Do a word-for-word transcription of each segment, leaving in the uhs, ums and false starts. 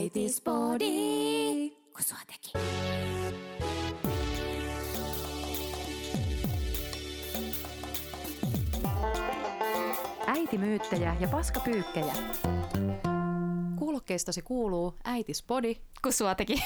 Äitispodi, kun sua teki. Äitimyyttejä ja paskapyykkejä. Kuulokkeistasi kuuluu Äitispodi, kun sua teki.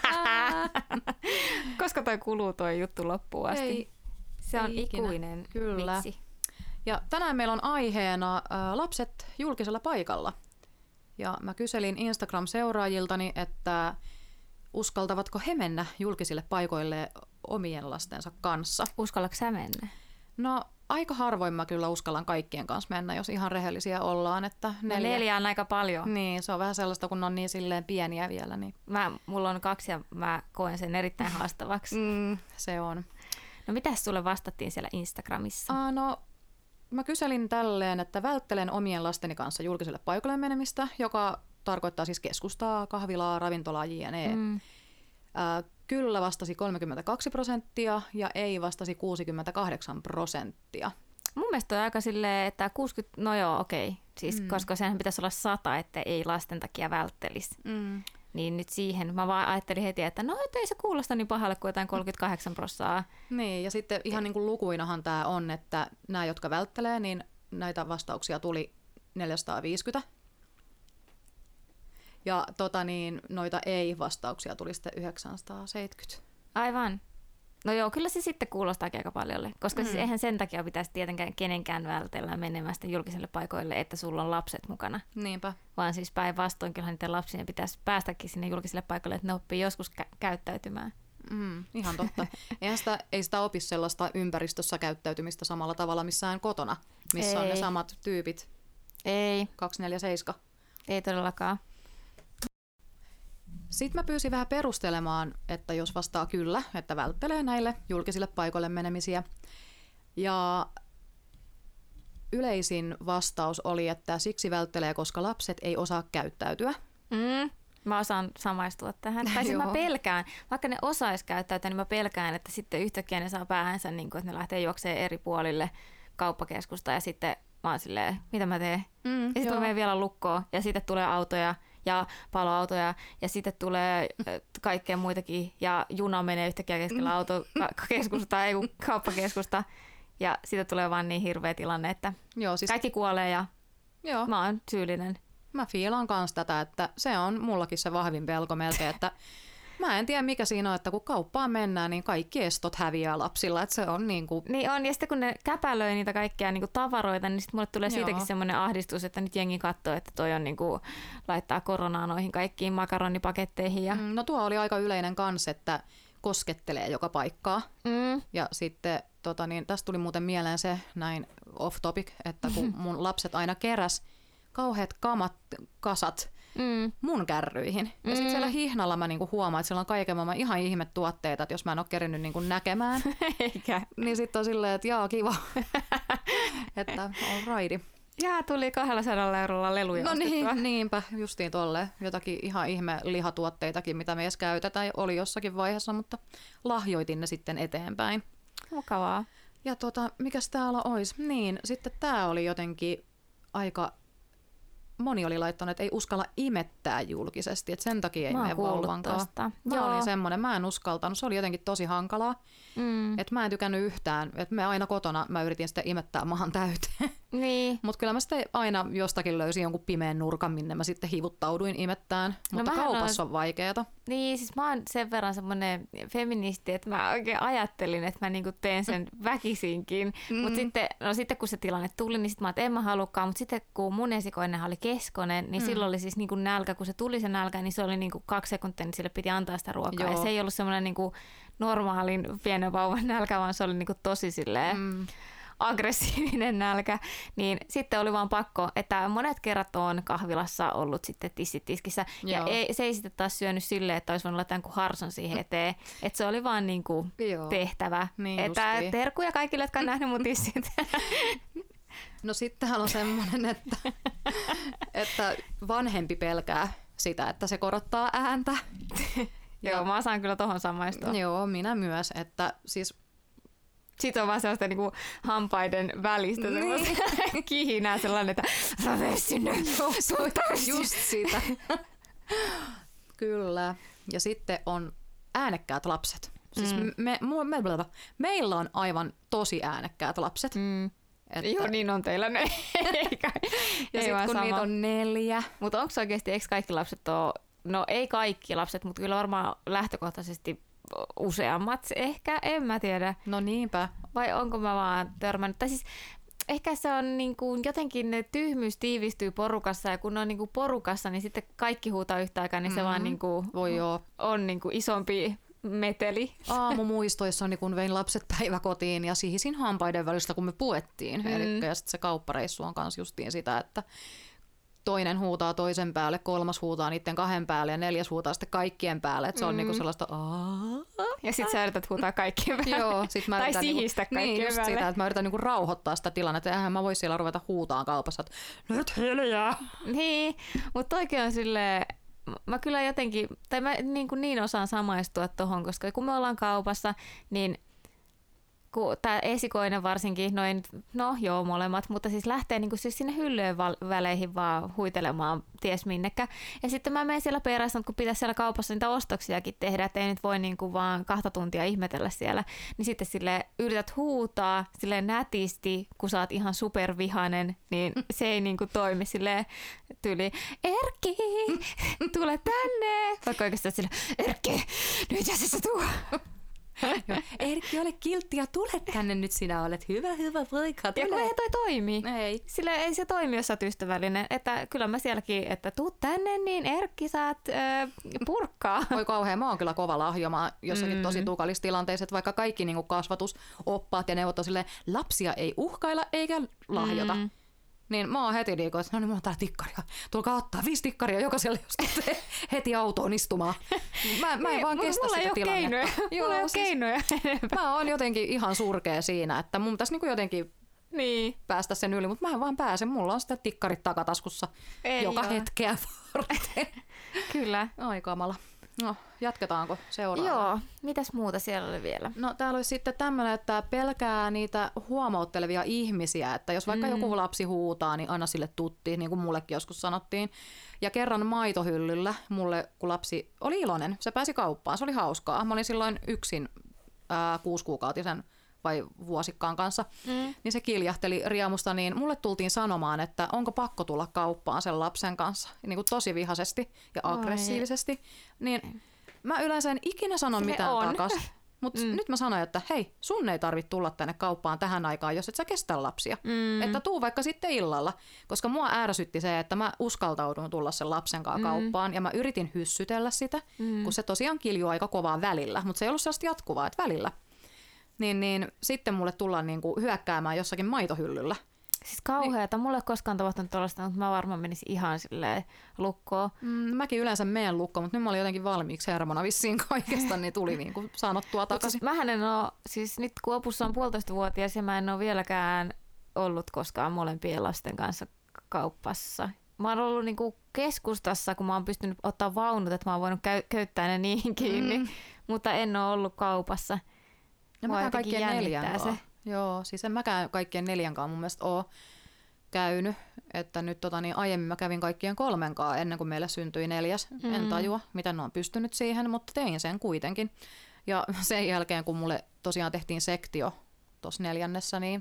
Koska toi kuluu toi juttu loppuun asti. Ei, Se on ei ikuinen Kyllä. vitsi. Ja tänään meillä on aiheena ä, lapset julkisella paikalla. Ja mä kyselin Instagram-seuraajiltani, että uskaltavatko he mennä julkisille paikoille omien lastensa kanssa. Uskallatko sä mennä? No aika harvoin mä kyllä uskallan kaikkien kanssa mennä, jos ihan rehellisiä ollaan. Että neljä. neljä on aika paljon. Niin, se on vähän sellaista, kun ne on niin silleen pieniä vielä. Niin. Mä, mulla on kaksi ja mä koen sen erittäin haastavaksi. Mm, se on. No mitäs sulle vastattiin siellä Instagramissa? Uh, no mä kyselin tälleen, että välttelen omien lasteni kanssa julkiselle paikalle menemistä, joka tarkoittaa siis keskustaa, kahvilaa, ravintolaa, jne. Mm. Uh, kyllä vastasi kolmekymmentäkaksi prosenttia ja ei vastasi kuusikymmentäkahdeksan prosenttia. Mun mielestä on aika silleen, että kuusikymmentä, no joo okei, siis mm. koska sehän pitäisi olla sata, että ei lasten takia välttelisi. Mm. Niin nyt siihen mä vaan ajattelin heti, että no et ei se kuulosta niin pahalle kuin jotain kolmekymmentäkahdeksan prosenttia. Niin ja sitten ihan niin kuin lukuinahan tämä on, että nämä, jotka välttelee, niin näitä vastauksia tuli neljäsataaviisikymmentä. Ja tota niin, noita ei-vastauksia tuli sitten yhdeksänsataaseitsemänkymmentä. Aivan. No joo, kyllä se sitten kuulostaa aika paljolle, koska mm. siis eihän sen takia pitäisi tietenkään kenenkään vältellä menemästä julkiselle paikoille, että sulla on lapset mukana. Niinpä. Vaan siis päinvastoin kyllähän niiden lapsien pitäisi päästäkin sinne julkiselle paikalle, että ne oppii joskus kä- käyttäytymään. Mm, ihan totta. Eihän sitä, ei sitä opi sellaista ympäristössä käyttäytymistä samalla tavalla missään kotona, missä ei. on ne samat tyypit. Ei. kaksikymmentäneljä seitsemän. Ei todellakaan. Sitten mä pyysin vähän perustelemaan, että jos vastaa kyllä, että välttelee näille julkisille paikoille menemisiä. Ja yleisin vastaus oli, että siksi välttelee, koska lapset ei osaa käyttäytyä. Mm, mä osaan samaistua tähän. Tai siis mä pelkään, vaikka ne osais käyttäytyä, niin mä pelkään, että sitten yhtäkkiä ne saa päähänsä, niin kun, että ne lähtee juoksemaan eri puolille kauppakeskusta ja sitten mä oon silleen, mitä mä teen? Mm, ja sitten mä menen vielä lukkoon ja sitten tulee autoja ja paloautoja ja sitten tulee kaikkea muitakin ja juna menee yhtäkkiä keskellä autokeskusta, ei kun kauppakeskusta ja sitten tulee vaan niin hirveä tilanne, että Joo, siis... kaikki kuolee ja Joo. mä oon syyllinen. Mä fiilaan kans tätä, että se on mullakin se vahvin pelko melkein, että mä en tiedä mikä siinä on, että kun kauppaan mennään, niin kaikki estot häviää lapsilla, että se on niin kuin... Niin on, ja sitten kun ne käpälöi niitä kaikkia niin kuin tavaroita, niin sitten mulle tulee siitäkin Joo. semmoinen ahdistus, että nyt jengi katsoo, että toi on niin kuin, laittaa koronaa noihin kaikkiin makaronipaketteihin. Ja... Mm, no tuo oli aika yleinen kans, että koskettelee joka paikkaa. Mm. Ja sitten tota, niin, tästä tuli muuten mieleen se näin off topic, että kun mun lapset aina keräs kauheat kamat, kasat, Mm. mun kärryihin. Ja sitten mm. siellä hihnalla mä niinku huomaan, että siellä on kaiken maailman ihan ihme tuotteita, että jos mä en ole kerinyt niinku näkemään, Eikä. niin sitten on silleen, että jaa, kiva, että on raidi. Jaa, tuli kaksisataa eurolla leluja No niin, niinpä, justiin tolleen. Jotakin ihan ihme lihatuotteitakin, mitä me edes käytetään, oli jossakin vaiheessa, mutta lahjoitin ne sitten eteenpäin. Mukavaa. Ja tota, mikäs täällä olisi? Niin, sitten tää oli jotenkin aika... Moni oli laittanut, että ei uskalla imettää julkisesti, että sen takia ei mene vauvankaan. Mä olin semmoinen, mä en uskaltanut, se oli jotenkin tosi hankalaa. Mm. Että mä en tykännyt yhtään, että me aina kotona mä yritin sitten imettää mahan täyteen. Niin. Mutta kyllä mä sitten aina jostakin löysin jonkun pimeän nurkan, minne mä sitten hivuttauduin imettään. No mutta kaupassa on vaikeeta. Niin, siis mä oon sen verran semmoinen feministi, että mä oikein ajattelin, että mä niinku teen sen väkisinkin. Mm. Mutta sitten, no sitten kun se tilanne tuli, niin sitten mä oon, että en mä halukkaan. Mutta sitten kun mun esikoinen oli keskonen, niin mm. silloin oli siis niinku nälkä. Kun se tuli se nälkä, niin se oli niinku kaksi sekuntia, niin sille piti antaa sitä ruokaa. Joo. Ja se ei ollut semmoinen niinku normaalin pienen vauvan nälkä, vaan se oli niinku tosi silleen... Mm. aggressiivinen nälkä, niin sitten oli vaan pakko, että monet kerrat on kahvilassa ollut sitten tissitiskissä ja ei, se ei sitten taas syönyt silleen, että olisi voinut laittaa jonkun harson siihen eteen, että se oli vaan niin kuin tehtävä. Niin että justiin. Terkkuja kaikille, jotka on nähnyt mun tissit. No sittenhän on semmoinen, että, että vanhempi pelkää sitä, että se korottaa ääntä. Joo, mä osaan kyllä tohon samaistua. Joo, minä myös, että siis Sitten on vaan sellaista niinku hampaiden välistä niin. Kihinää sellainen, että sä vee sinne. Just sitä. Kyllä. Ja sitten on äänekkäät lapset. Siis mm. me, me, me, me, meillä on aivan tosi äänekkäät lapset. Mm. Että... Joo, niin on teillä ne. Ja sitten kun sama. Niitä on neljä. Mutta onko oikeasti, eikö kaikki lapset ole, no ei kaikki lapset, mutta kyllä varmaan lähtökohtaisesti useammat ehkä, en mä tiedä. No niinpä. Vai onko mä vaan törmännyt, tai siis ehkä se on niin kuin jotenkin ne tyhmyys tiivistyy porukassa ja kun on niin kuin porukassa, niin sitten kaikki huutaa yhtä aikaa, niin se mm-hmm. vaan niin kuin Voi joo. on niin kuin isompi meteli. Aamumuistoissa on, niin kun vein lapset päiväkotiin ja sihisin hampaiden välistä, kun me puettiin. Mm. Eli ja sitten se kauppareissu on kanssa justiin sitä, että toinen huutaa toisen päälle, kolmas huutaa niiden kahden päälle ja neljäs huutaa sitten kaikkien päälle. Että se on mm. niinku sellaista ja sitten sä yrität huutaa kaikkien päälle. Joo, sit mä tai yritän sihistä niinku, kaikkien niin, päälle. Sitä, että mä yritän niinku rauhoittaa sitä tilannetta. Eihän mä voi siellä ruveta huutaan kaupassa, että nyt hiljaa. Niin, mutta toikin on silleen, mä kyllä jotenkin, tai mä niin, kuin niin osaan samaistua tohon, koska kun me ollaan kaupassa, niin tämä esikoinen varsinkin, noin, no joo molemmat, mutta siis lähtee niin kuin siis sinne hyllyjen väleihin vaan huitelemaan ties minnekä. Ja sitten mä menen siellä perässä, kun pitäisi siellä kaupassa niitä ostoksiakin tehdä, että ei nyt voi niin kuin vaan kahta tuntia ihmetellä siellä. Niin sitten sille yrität huutaa silleen nätisti, kun sä oot ihan supervihainen, niin se ei niin kuin toimi silleen tyyli, Erkki, tule tänne. Vaikka oikeastaan silleen, Erkki, nyt jäsen sä tuu. Erkki, ole kiltti ja tule tänne nyt, sinä olet hyvä, hyvä poika. Ja kun ei toi toimi. Ei. Sillä ei se toimi, jos sä oot ystävällinen. Että kyllä mä sielläkin, että tuu tänne, niin Erkki saat äh, purkkaa. Oi kauhean, mä oon kyllä kova lahjoma jossakin mm. tosi tukalissa tilanteissa, että vaikka kaikki niin kuin kasvatusoppaat ja neuvot on silleen, lapsia ei uhkailla eikä lahjota. Mm. Niin mä oon heti niinku, että no niin, mulla on täällä tikkaria. Tulkaa ottaa viisi tikkaria jokaiselle, jos tuutte heti autoon istumaan. Mä, mä en vaan kestä sitä tilannetta. Mulla ei ole keinoja. Mä oon jotenkin ihan surkea siinä, että mun pitäisi niinku jotenkin niin. päästä sen yli, mutta mä en vaan pääse. Mulla on sitä tikkarit takataskussa ei joka ole. Hetkeä varten. Kyllä. Ai kamala. No, jatketaanko seuraavaan? Joo, mitäs muuta siellä oli vielä? No täällä olisi sitten tämmöinen, että pelkää niitä huomauttelevia ihmisiä, että jos vaikka mm. joku lapsi huutaa, niin anna sille tutti, niin kuin mullekin joskus sanottiin. Ja kerran maitohyllyllä mulle, kun lapsi oli iloinen, se pääsi kauppaan, se oli hauskaa. Mä olin silloin yksin ää, kuusikuukautisen vai vuosikkaan kanssa, mm. niin se kiljahteli riemusta, niin mulle tultiin sanomaan, että onko pakko tulla kauppaan sen lapsen kanssa, niin kuin tosi vihaisesti ja aggressiivisesti. Oi. Niin mä yleensä en ikinä sano se mitään on. takas, mutta mm. nyt mä sanoin, että hei, sun ei tarvitse tulla tänne kauppaan tähän aikaan, jos et sä kestä lapsia. Mm. Että tuu vaikka sitten illalla, koska mua ärsytti se, että mä uskaltaudun tulla sen lapsen kanssa mm. kauppaan ja mä yritin hyssytellä sitä, mm. kun se tosiaan kiljuu aika kovaa välillä, mutta se ei ollut sellaista jatkuvaa, että välillä. Niin, niin sitten mulle tullaan niinku hyökkäämään jossakin maitohyllyllä. Siis kauheata. Niin. Mulle ei ole koskaan tapahtunut tuollaista, mutta mä varmaan menisin ihan silleen lukkoon. Mm, mäkin yleensä menen lukkoon, mutta nyt mä olin jotenkin valmiiksi hermona vissiin kaikesta, niin tuli niinku sanottua takaisin. Siis mähän en ole, siis nyt kun Opussa on puolitoistavuotias ja mä en ole vieläkään ollut koskaan molempien lasten kanssa kaupassa. Mä oon ollut niinku keskustassa, kun mä oon pystynyt ottaa vaunut, että mä oon voinut käy- käyttää ne niihin kiinni, mm. mutta en ole ollut kaupassa. Ja mäkään kaikkien neljän se. Joo, siis en mäkään kaikkien neljänkaan mun mielestä ole käynyt. Että nyt tota, niin aiemmin mä kävin kaikkien kolmenkaan ennen kuin meille syntyi neljäs. Mm. En tajua, miten ne on pystynyt siihen, mutta tein sen kuitenkin. Ja sen jälkeen, kun mulle tosiaan tehtiin sektio tuossa neljännessä, niin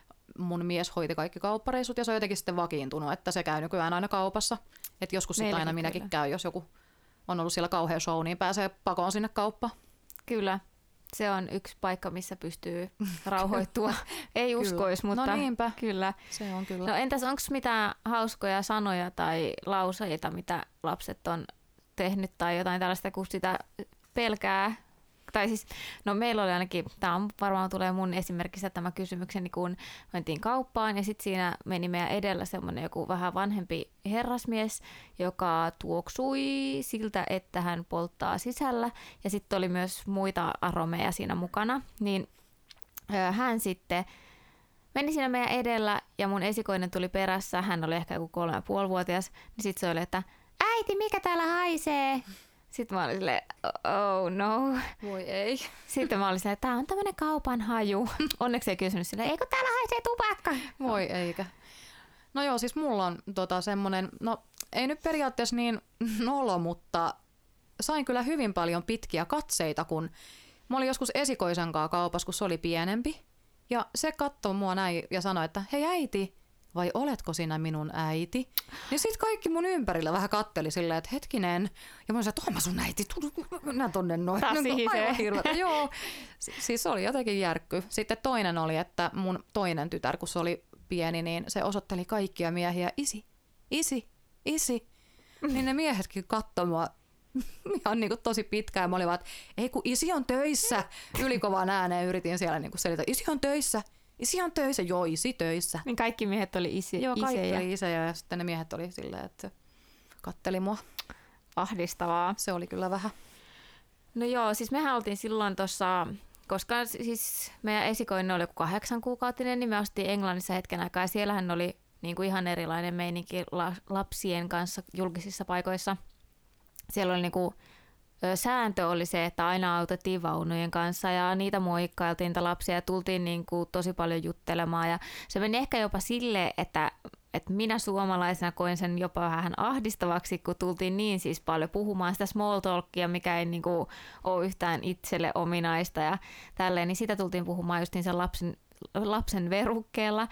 mun mies hoiti kaikki kauppareissut ja se on jotenkin sitten vakiintunut, että se käy nykyään aina kaupassa. Että joskus sitten aina minäkin kyllä. käyn, jos joku on ollut siellä kauhea show, niin pääsee pakoon sinne kauppaan. Kyllä. Se on yksi paikka, missä pystyy rauhoittua. Ei uskoisi, mutta no niinpä. Kyllä. Se on kyllä. No entäs onko mitään hauskoja sanoja tai lauseita, mitä lapset on tehnyt tai jotain tällaista, kun sitä pelkää? Tai siis, no meillä oli ainakin, tämä on varmaan tulee mun esimerkiksi tämä kysymykseni, kun mentiin kauppaan ja sitten siinä meni meidän edellä semmoinen joku vähän vanhempi herrasmies, joka tuoksui siltä, että hän polttaa sisällä ja sitten oli myös muita aromeja siinä mukana, niin hän sitten meni siinä meidän edellä ja mun esikoinen tuli perässä, hän oli ehkä joku kolme ja puolivuotias, niin sitten se oli, että äiti, mikä täällä haisee? Sitten mä olin silleen, oh no. Voi ei. Sitten mä olin silleen, että tää on tämmönen kaupan haju. Onneksi ei kysynyt silleen, eikö täällä haisee tupakka? Voi eikä. No joo, siis mulla on tota semmonen, no ei nyt periaatteessa niin nolo, mutta sain kyllä hyvin paljon pitkiä katseita, kun mä olin joskus esikoisen kanssa kaupassa, kun se oli pienempi. Ja se katsoi mua näin ja sanoi, että hei äiti, vai oletko sinä minun äiti? Ja sitten kaikki mun ympärillä vähän katteli silleen, että hetkinen. Ja mä sanoin, että oon mä sun äiti, mennä tonne noin. Taas sihisee. Joo, siis oli jotenkin järkky. Sitten toinen oli, että mun toinen tytär, kun se oli pieni, niin se osoitteli kaikkia miehiä, isi, isi, isi. Niin ne miehetkin katsoi mua ihan niin kuin tosi pitkään. Mä olin vaan, että ei kun isi on töissä. Ylikovaan ääneen yritin siellä niin kuin selittää, isi on töissä. Isi on töissä, joo, isi töissä. Niin kaikki miehet oli isi, joo, kaikki isejä. oli isejä ja sitten ne miehet oli silleen, että katteli mua. Ahdistavaa. Se oli kyllä vähän. No joo, siis mehän oltiin silloin tuossa, koska siis meidän esikoinen oli joku kahdeksan kuukautinen, niin me ostiin Englannissa hetken aikaa ja siellähän oli niin kuin ihan erilainen meininki lapsien kanssa julkisissa paikoissa. Siellä oli niin kuin, sääntö oli se, että aina autettiin vaunujen kanssa ja niitä moikkailtiin niitä lapsia ja tultiin niin kuin tosi paljon juttelemaan. Ja se meni ehkä jopa silleen, että, että minä suomalaisena koin sen jopa vähän ahdistavaksi, kun tultiin niin siis paljon puhumaan sitä small talkia, mikä ei niin kuin ole yhtään itselle ominaista ja tälleen, niin sitä tultiin puhumaan just niin sen lapsen, lapsen verukkeella,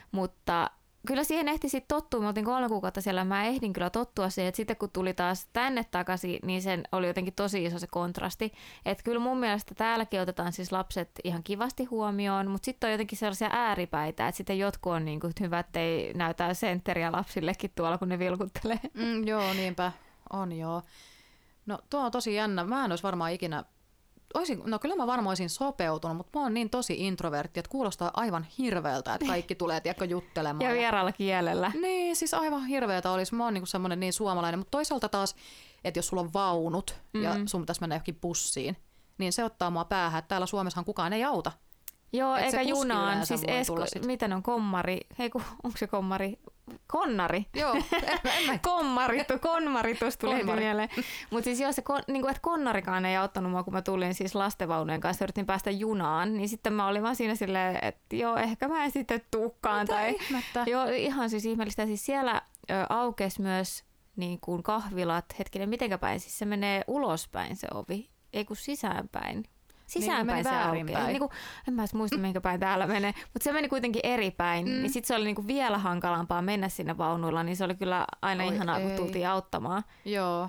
mutta kyllä siihen ehti sitten tottua. Me oltiin kolme kuukautta siellä, mä ehdin kyllä tottua siihen, että sitten kun tuli taas tänne takaisin, niin sen oli jotenkin tosi iso se kontrasti. Että kyllä mun mielestä täälläkin otetaan siis lapset ihan kivasti huomioon, mutta sitten on jotenkin sellaisia ääripäitä, että sitten jotkut on niin kuin hyvä, ettei näytä sentteriä lapsillekin tuolla, kun ne vilkuttelee. Mm, joo, niinpä. On joo. No tuo on tosi jännä. Mä en olisi varmaan ikinä... Oisin, no kyllä mä varmaan olisin sopeutunut, mutta mä oon niin tosi introvertti, että kuulostaa aivan hirveältä, että kaikki tulee tiedätkö, juttelemaan. Ja vieraalla kielellä. Niin, siis aivan hirveätä olisi. Mä oon niin semmoinen niin suomalainen, mutta toisaalta taas, että jos sulla on vaunut mm-hmm. ja sun pitäisi mennä johonkin bussiin, niin se ottaa mua päähän, että täällä Suomessahan kukaan ei auta. Joo, et eikä junaan. Siis esko, miten on kommari? Hei, onko se kommari? Konnari. Joo, en mä. Kommari, konnari tuossa tuli heti mieleen. Mutta siis joo, se, niin kuin, että konnarikaan ei auttanut mua, kun mä tulin siis lastenvaunujen kanssa, yritin päästä junaan, niin sitten mä olin vaan siinä silleen, että joo, ehkä mä en sitten tukkaan. Mitä tai, ihmettä? Joo, ihan siis ihmeellistä. Siis siellä ö, aukesi myös niin kuin kahvilat, hetkinen, mitenkä päin, siis se menee ulospäin se ovi, ei kun sisäänpäin. Sisäänpäin niin, se aukeaa. Niin kuin, en mä edes muista, minkä päin täällä menee, mutta se meni kuitenkin eri päin. Mm. Niin sitten se oli niin kuin vielä hankalampaa mennä sinne vaunuilla, niin se oli kyllä aina Oi, ihanaa, ei. kun tultiin auttamaan. Joo.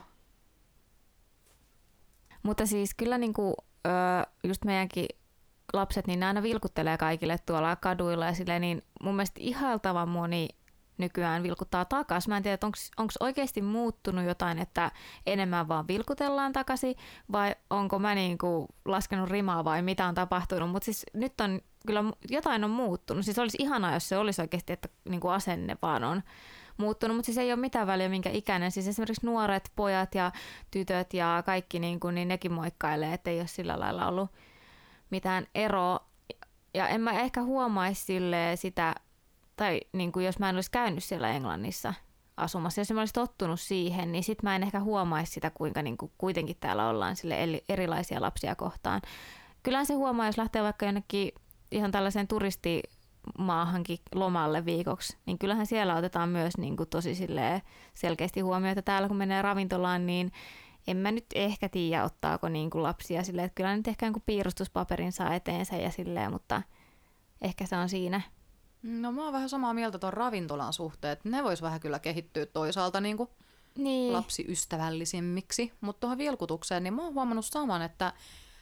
Mutta siis kyllä niin kuin, just meidänkin lapset, niin ne aina vilkuttelee kaikille tuolla kaduilla ja silleen, niin mun mielestä ihailtavan moni nykyään vilkuttaa takaisin. Mä en tiedä, onko oikeasti muuttunut jotain, että enemmän vaan vilkutellaan takaisin vai onko mä niinku laskenut rimaa vai mitä on tapahtunut. Mutta siis nyt on kyllä jotain on muuttunut. Siis olisi ihanaa, jos se olisi oikeasti, että niinku asenne vaan on muuttunut, mutta siis ei ole mitään väliä minkä ikäinen. Siis esimerkiksi nuoret pojat ja tytöt ja kaikki, niinku, niin nekin moikkailee, että ei ole sillä lailla ollut mitään eroa. Ja en mä ehkä huomaisi silleen sitä, tai niin kuin jos mä en olisi käynyt siellä Englannissa asumassa, jos mä olisin tottunut siihen, niin sit mä en ehkä huomaisi sitä, kuinka niin kuin kuitenkin täällä ollaan sille erilaisia lapsia kohtaan. Kyllähän se huomaa, jos lähtee vaikka jonnekin ihan tällaiseen turistimaahankin lomalle viikoksi, niin kyllähän siellä otetaan myös niin kuin tosi selkeästi huomioon, että täällä kun menee ravintolaan, niin en mä nyt ehkä tiedä, ottaako niin kuin lapsia silleen, että kyllä nyt ehkä jonkun piirustuspaperin saa eteensä ja silleen, mutta ehkä se on siinä. No mä oon vähän samaa mieltä tuon ravintolan suhteen, että ne vois vähän kyllä kehittyä toisaalta niin kuin niin. lapsiystävällisemmiksi, mutta tuohon vilkutukseen, niin mä oon huomannut saman, että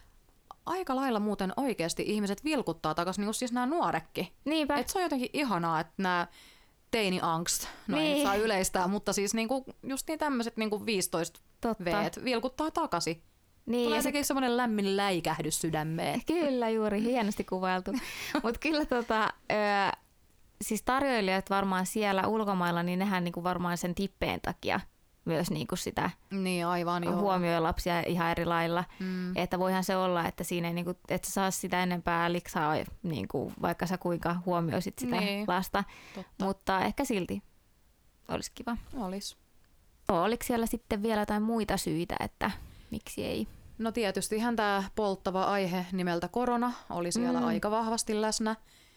aika lailla muuten oikeasti ihmiset vilkuttaa takaisin, niin kuin siis nämä nuorekki. Niinpä. Et se on jotenkin ihanaa, että nämä teini-angst, no niin. ei saa yleistää, mutta siis niinku, just niin tämmöiset niinku viisitoista veet vilkuttaa takaisin. Niin, tulee sekin semmoinen lämmin läikähdys sydämeen. Kyllä juuri, hienosti kuvailtu. Mutta kyllä tota, ö, siis tarjoilijat varmaan siellä ulkomailla, niin nehän niinku varmaan sen tippeen takia myös niinku sitä niin, aivan, huomioi lapsia ihan eri lailla. Mm. Että voihan se olla, että siinä ei niinku, et sä saa sitä enempää liksaa, niinku, vaikka sä kuinka huomioisit sitä niin. lasta. Totta. Mutta ehkä silti olisi kiva. Olis. Oliko siellä sitten vielä jotain muita syitä, että miksi ei? No tietysti ihan tämä polttava aihe nimeltä korona oli siellä mm. aika vahvasti läsnä.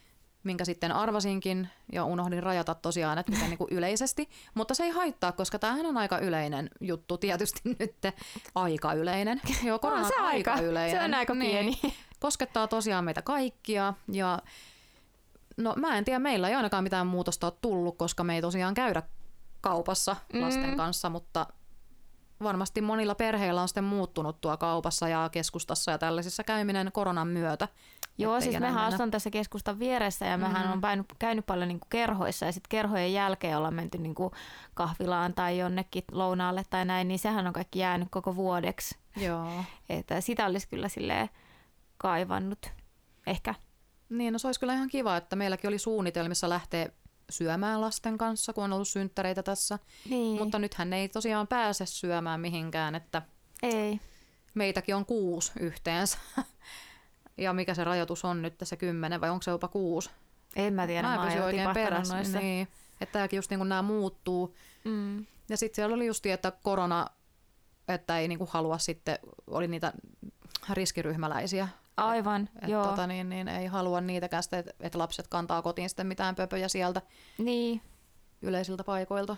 minkä sitten arvasinkin ja unohdin rajata tosiaan, että miten niin kuin yleisesti. Mutta se ei haittaa, koska tämähän on aika yleinen juttu, tietysti nyt aika yleinen. Joo, korona on aika yleinen. Se on aika pieni. Niin, koskettaa tosiaan meitä kaikkia ja no mä en tiedä, meillä ei ainakaan mitään muutosta ole tullut, koska me ei tosiaan käydä kaupassa lasten mm. kanssa, mutta varmasti monilla perheillä on sitten muuttunut tuo kaupassa ja keskustassa ja tällaisissa käyminen koronan myötä. Joo, siis mehän asun tässä keskustan vieressä ja mehän mm. on käynyt, käynyt paljon niin kuin kerhoissa ja sitten kerhojen jälkeen ollaan menty niin kuin kahvilaan tai jonnekin lounaalle tai näin, niin sehän on kaikki jäänyt koko vuodeksi. Joo. Että sitä olisi kyllä silleen kaivannut ehkä. Niin, no se olisi kyllä ihan kiva, että meilläkin oli suunnitelmissa lähteä syömään lasten kanssa, kun on ollut synttäreitä tässä. Niin. Mutta nythän ei tosiaan pääse syömään mihinkään, että ei. Meitäkin on kuusi yhteensä. Ja mikä se rajoitus on nyt, se kymmenen vai onko se jopa kuusi? En mä tiedä, mä, mä oon oikein perässä. Niin. Että tämäkin just niin kuin nämä muuttuu. Mm. Ja sitten siellä oli just, että korona, että ei niin kuin halua sitten, oli niitä riskiryhmäläisiä. Aivan, et, joo. Tota, niin, niin ei halua niitäkään sitten, että et lapset kantaa kotiin sitten mitään pöpöjä sieltä niin. yleisiltä paikoilta.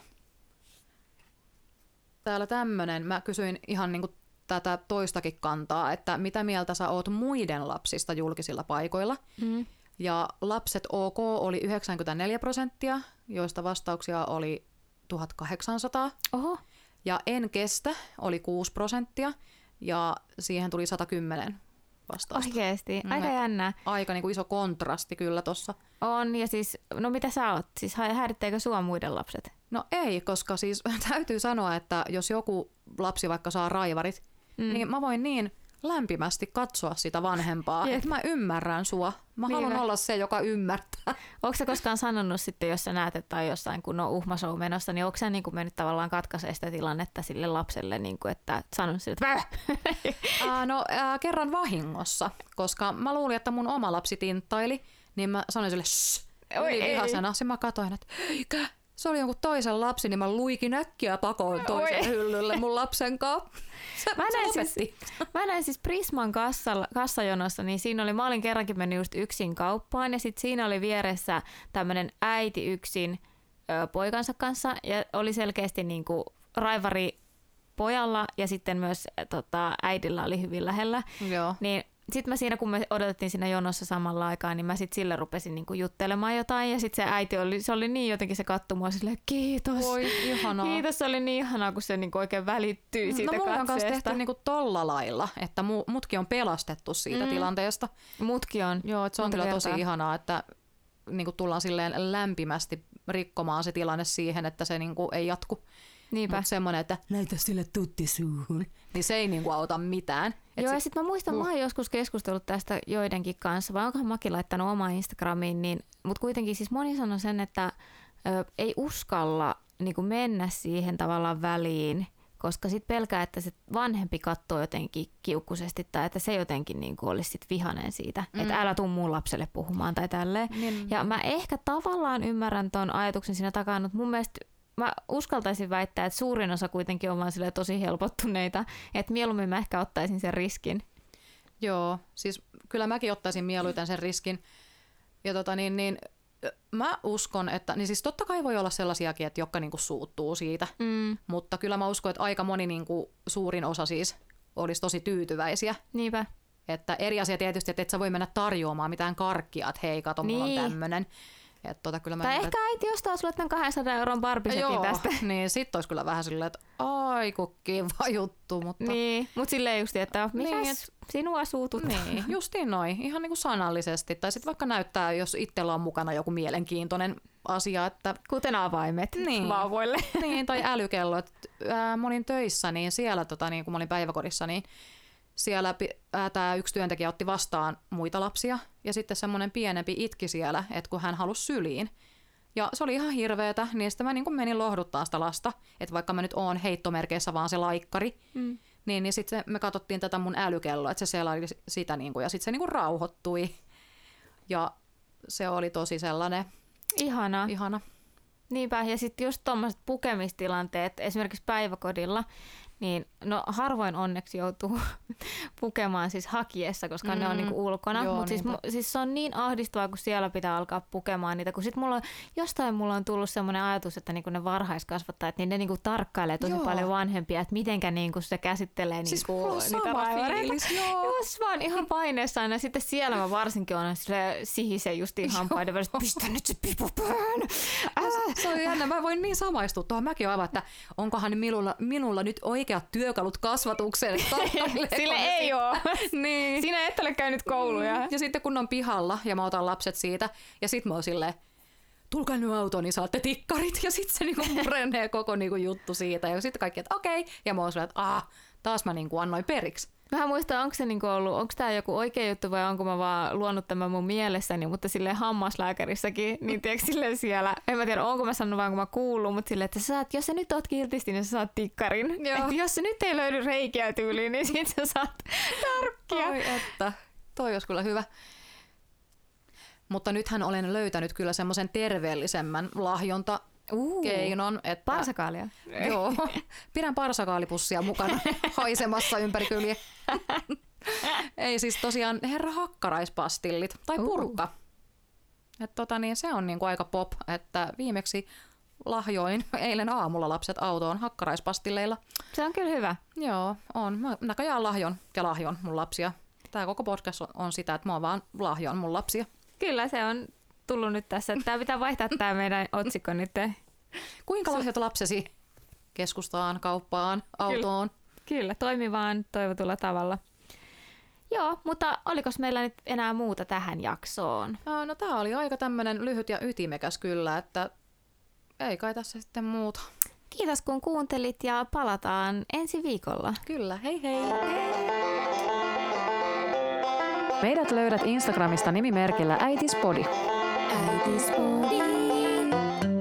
Täällä tämmönen, mä kysyin ihan niinku tätä toistakin kantaa, että mitä mieltä sä oot muiden lapsista julkisilla paikoilla. Mm. Ja lapset OK oli yhdeksänkymmentäneljä prosenttia, joista vastauksia oli tuhatkahdeksansataa. Oho. Ja en kestä oli kuusi prosenttia ja siihen tuli sata kymmenen vastausta. Oikeesti, aika jännää. Aika niin kuin iso kontrasti kyllä tossa. On, ja siis, no mitä sä oot? Siis häiritteekö sua muiden lapset? No ei, koska siis täytyy sanoa, että jos joku lapsi vaikka saa raivarit, mm. niin mä voin niin lämpimästi katsoa sitä vanhempaa, että mä ymmärrän sua. Mä niin haluan mä. olla se, joka ymmärtää. Onko sä koskaan sanonut sitten, jos sä näet, että on jossain kun on uhmashow menossa, niin onko sä niin kuin mennyt tavallaan katkaisee sitä tilannetta sille lapselle, niin kuin, että sanonut sille, että äh, No äh, kerran vahingossa, koska mä luulin, että mun oma lapsi tinttaili, niin mä sanoin sille shh, yli vihasena. Sitten mä katsoin, että eikä, se oli jonkun toisen lapsi, niin mä luikin äkkiä pakoon toisen Oi. hyllylle mun lapsen kanssa. Mä näin, siis, mä näin siis Prisman kassalla, kassajonossa, niin siinä oli, mä olin kerrankin mennyt just yksin kauppaan ja sitten siinä oli vieressä tämmönen äiti yksin ö, poikansa kanssa ja oli selkeästi niinku raivari pojalla ja sitten myös tota, äidillä oli hyvin lähellä. Joo. Niin sitten mä siinä, kun me odotettiin siinä jonossa samalla aikaa, niin mä sitten sille rupesin niinku juttelemaan jotain. Ja sitten se äiti oli, se oli niin jotenkin, se katsoi mua silleen, kiitos. Oi, ihanaa. Kiitos, se oli niin ihanaa, kun se niinku oikein välittyy siitä katseesta. No mulla on kanssa tehty niinku tolla lailla, että mu, mutkin on pelastettu siitä mm. tilanteesta. Mutkin on. Joo, että se on kyllä tosi ihanaa, että niinku tullaan silleen lämpimästi rikkomaan se tilanne siihen, että se niinku ei jatku. Niinpä. Mutta semmoinen, että näytä sille tutti suuhun, niin se ei niinku auta mitään. Et Joo, sit... ja sitten mä muistan, uh. mä oon joskus keskustellut tästä joidenkin kanssa, vai onkohan Maki laittanut omaan Instagramiin, niin, mutta kuitenkin siis moni sanoi sen, että ö, ei uskalla niinku mennä siihen tavallaan väliin, koska sitten pelkää, että se vanhempi katsoo jotenkin kiukkuisesti tai että se jotenkin niinku olisi sit vihainen siitä, mm. että älä tuu mun lapselle puhumaan tai tälleen. Mm. Ja mä ehkä tavallaan ymmärrän ton ajatuksen siinä takana, mutta mun mielestä mä uskaltaisin väittää, että suurin osa kuitenkin on vaan tosi helpottuneita, että mieluummin mä ehkä ottaisin sen riskin. Joo, siis kyllä mäkin ottaisin mieluiten sen riskin. Ja tota niin, niin mä uskon, että, niin siis totta kai voi olla sellaisiakin, että jotka niinku suuttuu siitä, mm. mutta kyllä mä uskon, että aika moni niinku, suurin osa siis olisi tosi tyytyväisiä. Niinpä. Että eri asia tietysti, että et sä voi mennä tarjoamaan mitään karkkia, että hei kato, niin. mulla on tämmönen. Tota, kyllä tai ehkä äiti ostaa sulle tämän kahdensadan euron barbisetin tästä. Niin sit olisi kyllä vähän silleen, että aiku kiva juttu. Mutta niin, mutta silleen just, että mikäs niin, sinua suututtaa. Niin, justiin noin, ihan niin kuin sanallisesti. Tai sitten vaikka näyttää, jos itsellä on mukana joku mielenkiintoinen asia. Että kuten avaimet niin, vauvoille. Niin, tai älykello. Ää, mä olin töissä, niin siellä, tota, niin kun mä olin päiväkodissa, niin siellä tämä yksi työntekijä otti vastaan muita lapsia ja sitten semmoinen pienempi itki siellä, että kun hän halusi syliin. Ja se oli ihan hirveetä, niin sitten mä niin kuin menin lohduttaa sitä lasta, että vaikka mä nyt oon heittomerkeissä vaan se laikkari, mm. niin, niin sitten me katsottiin tätä mun älykelloa, että se selaili sitä niin kuin, ja sitten se niin kuin rauhoittui. Ja se oli tosi sellainen ihana. ihana. Niinpä, ja sitten just tuommoiset pukemistilanteet, esimerkiksi päiväkodilla, niin no harvoin onneksi joutuu pukemaan siis hakiessa, koska mm. ne on niinku ulkona. Mutta siis, siis se on niin ahdistavaa, kun siellä pitää alkaa pukemaan niitä, kun sit mulla on, jostain mulla on tullut semmoinen ajatus, että niinku ne varhaiskasvattajat, niin ne niinku tarkkailee tosi joo. paljon vanhempia, että mitenkä niinku se käsittelee siis niinku niitä raivareita. Jos mä oon ihan paineessa aina. Sitten siellä mä varsinkin on se sihisen justiin hampaiden välissä, pistä nyt se pipu päähän. Äh. Se on jännä, mä voin niin samaistua tuohon. Mäkin aivan, että onkohan minulla, minulla nyt oikeat työkalut kasvatukseen. Sille ei ole. Niin. Sinä et ole käynyt kouluja. Ja sitten kun on pihalla ja mä otan lapset siitä ja sit mä oon silleen, tulkaa nyt autoon, niin saatte tikkarit. Ja sit se niinku murenee koko niinku juttu siitä. Ja sitten kaikki, että okei. Okay. Ja mä oon silleen, että aah, taas mä niinku annoin periksi. Vähän muistan, onko se niinku ollut, onko tämä joku oikea juttu vai onko mä vaan luonut tämän mun mielessäni, mutta silleen hammaslääkärissäkin, niin tiedätkö silleen siellä, en mä tiedä onko mä sanonut vaan kun mä kuulun, mutta silleen, että sä saat, jos sä nyt oot kiltisti, niin sä saat tikkarin. Että jos se nyt ei löydy reikiä tyyliin, niin sit sä saat tarkkia. Oi että, toi olisi kyllä hyvä. Mutta nythän olen löytänyt kyllä semmoisen terveellisemmän lahjonta. Uh, keinon, että... Parsakaalia? Joo. Pidän parsakaalipussia mukana haisemassa ympäri kyliä. Ei siis tosiaan herra hakkaraispastillit tai purkka. Uh. Et tota niin, se on niinku aika pop, että viimeksi lahjoin eilen aamulla lapset autoon hakkaraispastilleilla. Se on kyllä hyvä. Joo, on. Mä näköjään lahjon ja lahjon mun lapsia. Tää koko podcast on, on sitä, että mä vaan lahjon mun lapsia. Kyllä se on tullut nyt tässä. Tää pitää vaihtaa tää meidän otsikko nyt. Kuinka lahjat lapsesi keskustaan, kauppaan, autoon? Kyllä, kyllä toimivaan toivotulla tavalla. Joo, mutta olikos meillä nyt enää muuta tähän jaksoon? No, no tää oli aika tämmönen lyhyt ja ytimekäs kyllä, että ei kai tässä sitten muuta. Kiitos kun kuuntelit ja palataan ensi viikolla. Kyllä, hei hei! Meidät löydät Instagramista nimimerkillä äitispodi. Äitispodi.